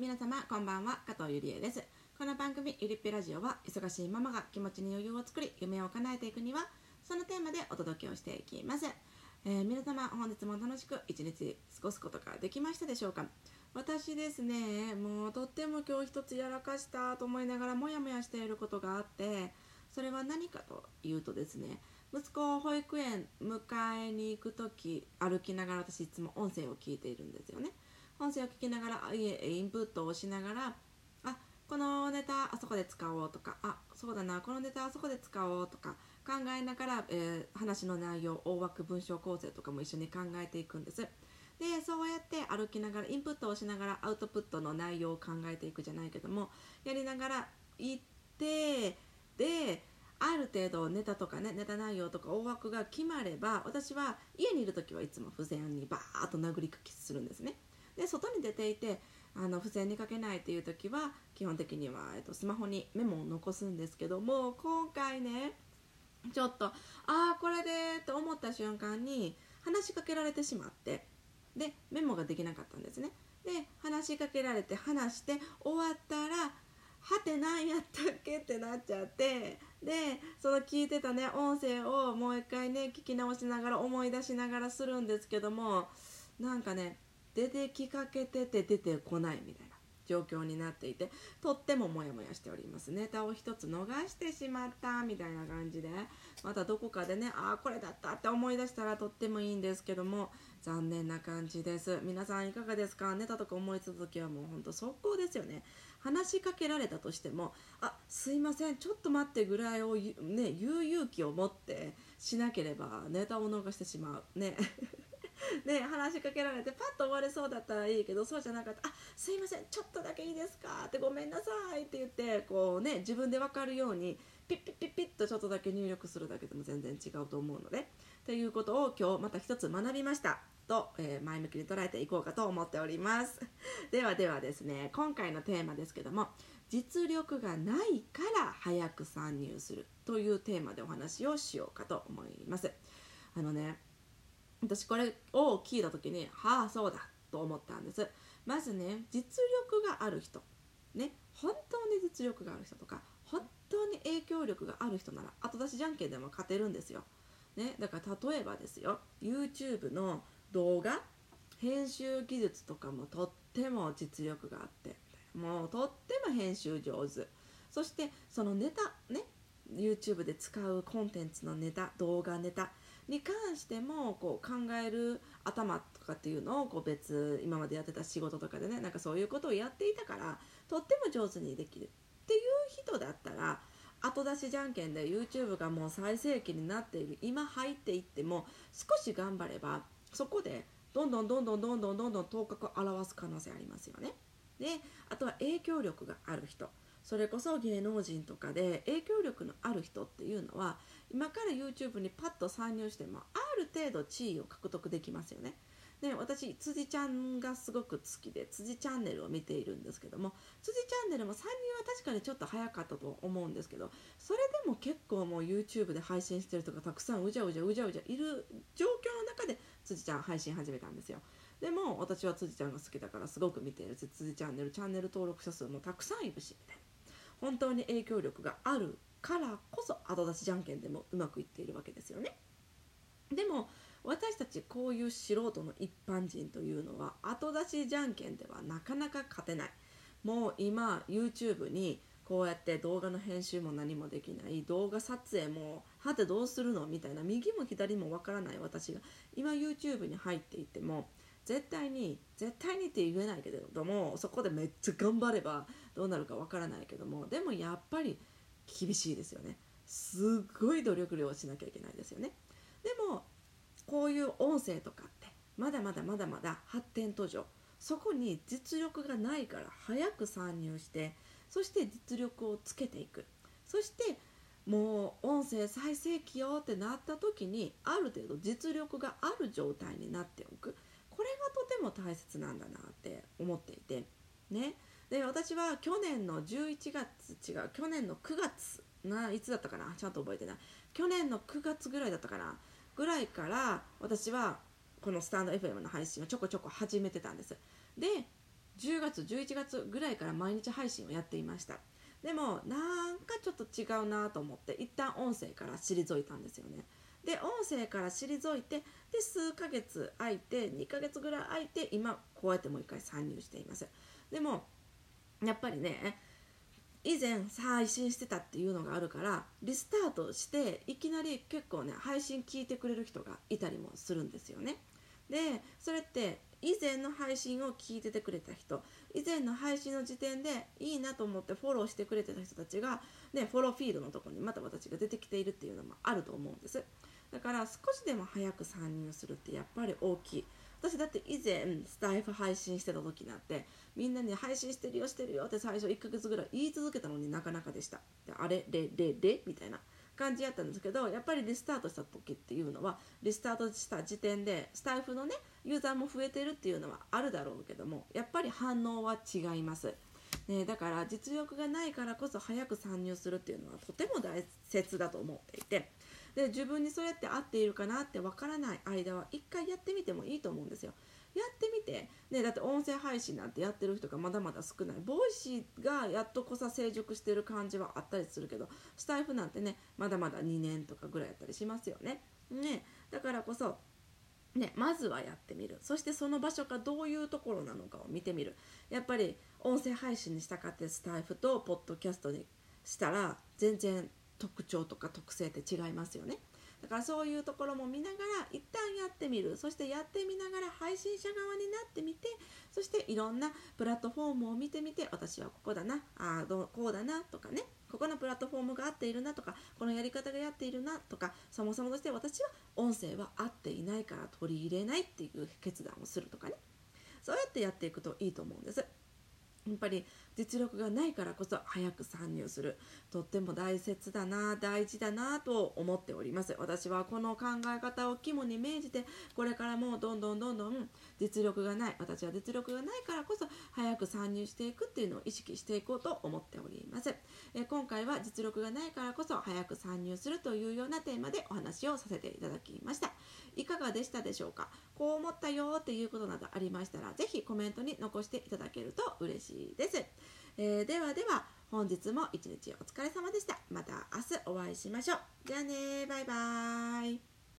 皆様こんばんは、加藤ゆりえです。この番組ゆりっぺラジオは、忙しいママが気持ちに余裕を作り夢を叶えていくには、そのテーマでお届けをしていきます。皆様本日も楽しく一日過ごすことができましたでしょうか。私ですね、もうとっても今日一つやらかしたと思いながらモヤモヤしていることがあって、それは何かというとですね、息子を保育園迎えに行くとき、歩きながら私いつも音声を聞いているんですよね。音声を聞きながらインプットをしながら、このネタあそこで使おうとか、そうだな、このネタあそこで使おうとか考えながら、話の内容、大枠、文章構成とかも一緒に考えていくんです。で、そうやって歩きながらインプットをしながらアウトプットの内容を考えていくじゃないけども、やりながら行って、である程度ネタとかね、ネタ内容とか大枠が決まれば、私は家にいるときはいつも付箋にバーッと殴り書きするんですね。で、外に出ていて付箋に書けないっていう時は基本的には、スマホにメモを残すんですけども、今回ね、ちょっとこれでと思った瞬間に話しかけられてしまって、でメモができなかったんですね。で話しかけられて話して終わったら、はて何やったっけってなっちゃって、でその聞いてたね音声をもう一回ね聞き直しながら思い出しながらするんですけども、なんかね、出てきかけてて出てこないみたいな状況になっていて、とってもモヤモヤしております。ネタを一つ逃してしまったみたいな感じで、またどこかでね、これだったって思い出したらとってもいいんですけども、残念な感じです。皆さんいかがですか。ネタとか思いつくときはもうほんと速攻ですよね。話しかけられたとしても、すいませんちょっと待ってぐらいを言う勇気を持ってしなければネタを逃してしまうね。で話しかけられてパッと終われそうだったらいいけど、そうじゃなかった。すいませんちょっとだけいいですかって、ごめんなさいって言ってこうね、自分で分かるようにピッピッピッピッとちょっとだけ入力するだけでも全然違うと思うので、ということを今日また一つ学びましたと、前向きに捉えていこうかと思っております。ではですね、今回のテーマですけども、実力がないから早く参入するというテーマでお話をしようかと思います。私これを聞いた時にそうだと思ったんです。まずね、実力がある人ね、本当に実力がある人とか本当に影響力がある人なら後出しじゃんけんでも勝てるんですよ、ね、だから例えばですよ、 YouTube の動画編集技術とかもとっても実力があって、もうとっても編集上手、そしてそのネタね、 YouTube で使うコンテンツのネタ、動画ネタに関してもこう考える頭とかっていうのをこう今までやってた仕事とかでね、なんかそういうことをやっていたからとっても上手にできるっていう人だったら、後出しじゃんけんで YouTube がもう最盛期になっている今入っていっても、少し頑張ればそこでどんどん頭角を現す可能性ありますよね。であとは影響力がある人、それこそ芸能人とかで影響力のある人っていうのは、今から YouTube にパッと参入してもある程度地位を獲得できますよね。で私辻ちゃんがすごく好きで辻チャンネルを見ているんですけども、辻チャンネルも参入は確かにちょっと早かったと思うんですけど、それでも結構もう YouTube で配信してる人がたくさんうじゃうじゃいる状況の中で辻ちゃん配信始めたんですよ。でも私は辻ちゃんが好きだからすごく見ているし、辻チャンネル登録者数もたくさんいるしみたいな、本当に影響力があるからこそ後出しじゃんけんでもうまくいっているわけですよね。でも私たちこういう素人の一般人というのは後出しじゃんけんではなかなか勝てない。もう今 YouTube にこうやって動画の編集も何もできない、動画撮影もはてどうするのみたいな、右も左もわからない私が今 YouTube に入っていても、絶対にって言えないけれども、そこでめっちゃ頑張ればどうなるかわからないけども、でもやっぱり厳しいですよね。すごい努力量をしなきゃいけないですよね。でもこういう音声とかってまだまだ発展途上、そこに実力がないから早く参入して、そして実力をつけていく、そしてもう音声最盛期よってなった時にある程度実力がある状態になっておく、これがとても大切なんだなって思っていてね。で私は去年の11月去年の9月いつだったかな、ちゃんと覚えてない、去年の9月ぐらいだったかなぐらいから私はこのスタンド FM の配信をちょこちょこ始めてたんです。で 10月11月ぐらいから毎日配信をやっていました。でもなんかちょっと違うなと思って一旦音声から退いたんですよね。で音声から退いて、で数ヶ月空いて2ヶ月ぐらい空いて今こうやってもう一回参入しています。でもやっぱりね、以前配信してたっていうのがあるからリスタートしていきなり結構ね配信聞いてくれる人がいたりもするんですよね。でそれって以前の配信を聞いててくれた人、以前の配信の時点でいいなと思ってフォローしてくれてた人たちが、ね、フォローフィードのところにまた私が出てきているっていうのもあると思うんです。だから少しでも早く参入するってやっぱり大きい。私だって以前スタイフ配信してた時なんてみんなに配信してるよしてるよって最初1ヶ月ぐらい言い続けたのになかなかでした。であれれみたいな感じやったんですけど、やっぱりリスタートした時っていうのはリスタートした時点でスタイフのねユーザーも増えてるっていうのはあるだろうけども、やっぱり反応は違います、ね、だから実力がないからこそ早く参入するっていうのはとても大切だと思っていて、で自分にそれって合っているかなってわからない間は一回やってみてもいいと思うんですよ。やってみて、ね、だって音声配信なんてやってる人がまだまだ少ない。ボイシーがやっとこさ成熟してる感じはあったりするけど、スタイフなんてねまだまだ2年とかぐらいやったりしますよね。だからこそまずはやってみる。そしてその場所がどういうところなのかを見てみる。やっぱり音声配信にしたかってスタイフとポッドキャストにしたら全然特徴とか特性って違いますよね。だからそういうところも見ながら一旦やってみる。そしてやってみながら配信者側になってみて、そしていろんなプラットフォームを見てみて、私はここだな、こうだなとかね、ここのプラットフォームが合っているなとか、このやり方がやっているなとか、そもそもとして私は音声は合っていないから取り入れないっていう決断をするとかね、そうやってやっていくといいと思うんです。やっぱり実力がないからこそ早く参入する、とっても大切だな、大事だなと思っております。私はこの考え方を肝に銘じて、これからもどんどん実力がない、私は実力がないからこそ早く参入していくっていうのを意識していこうと思っております。今回は実力がないからこそ早く参入するというようなテーマでお話をさせていただきました。いかがでしたでしょうか。こう思ったよっていうことなどありましたら、ぜひコメントに残していただけると嬉しいです。では本日も一日お疲れ様でした。また明日お会いしましょう。じゃあね、バイバーイ。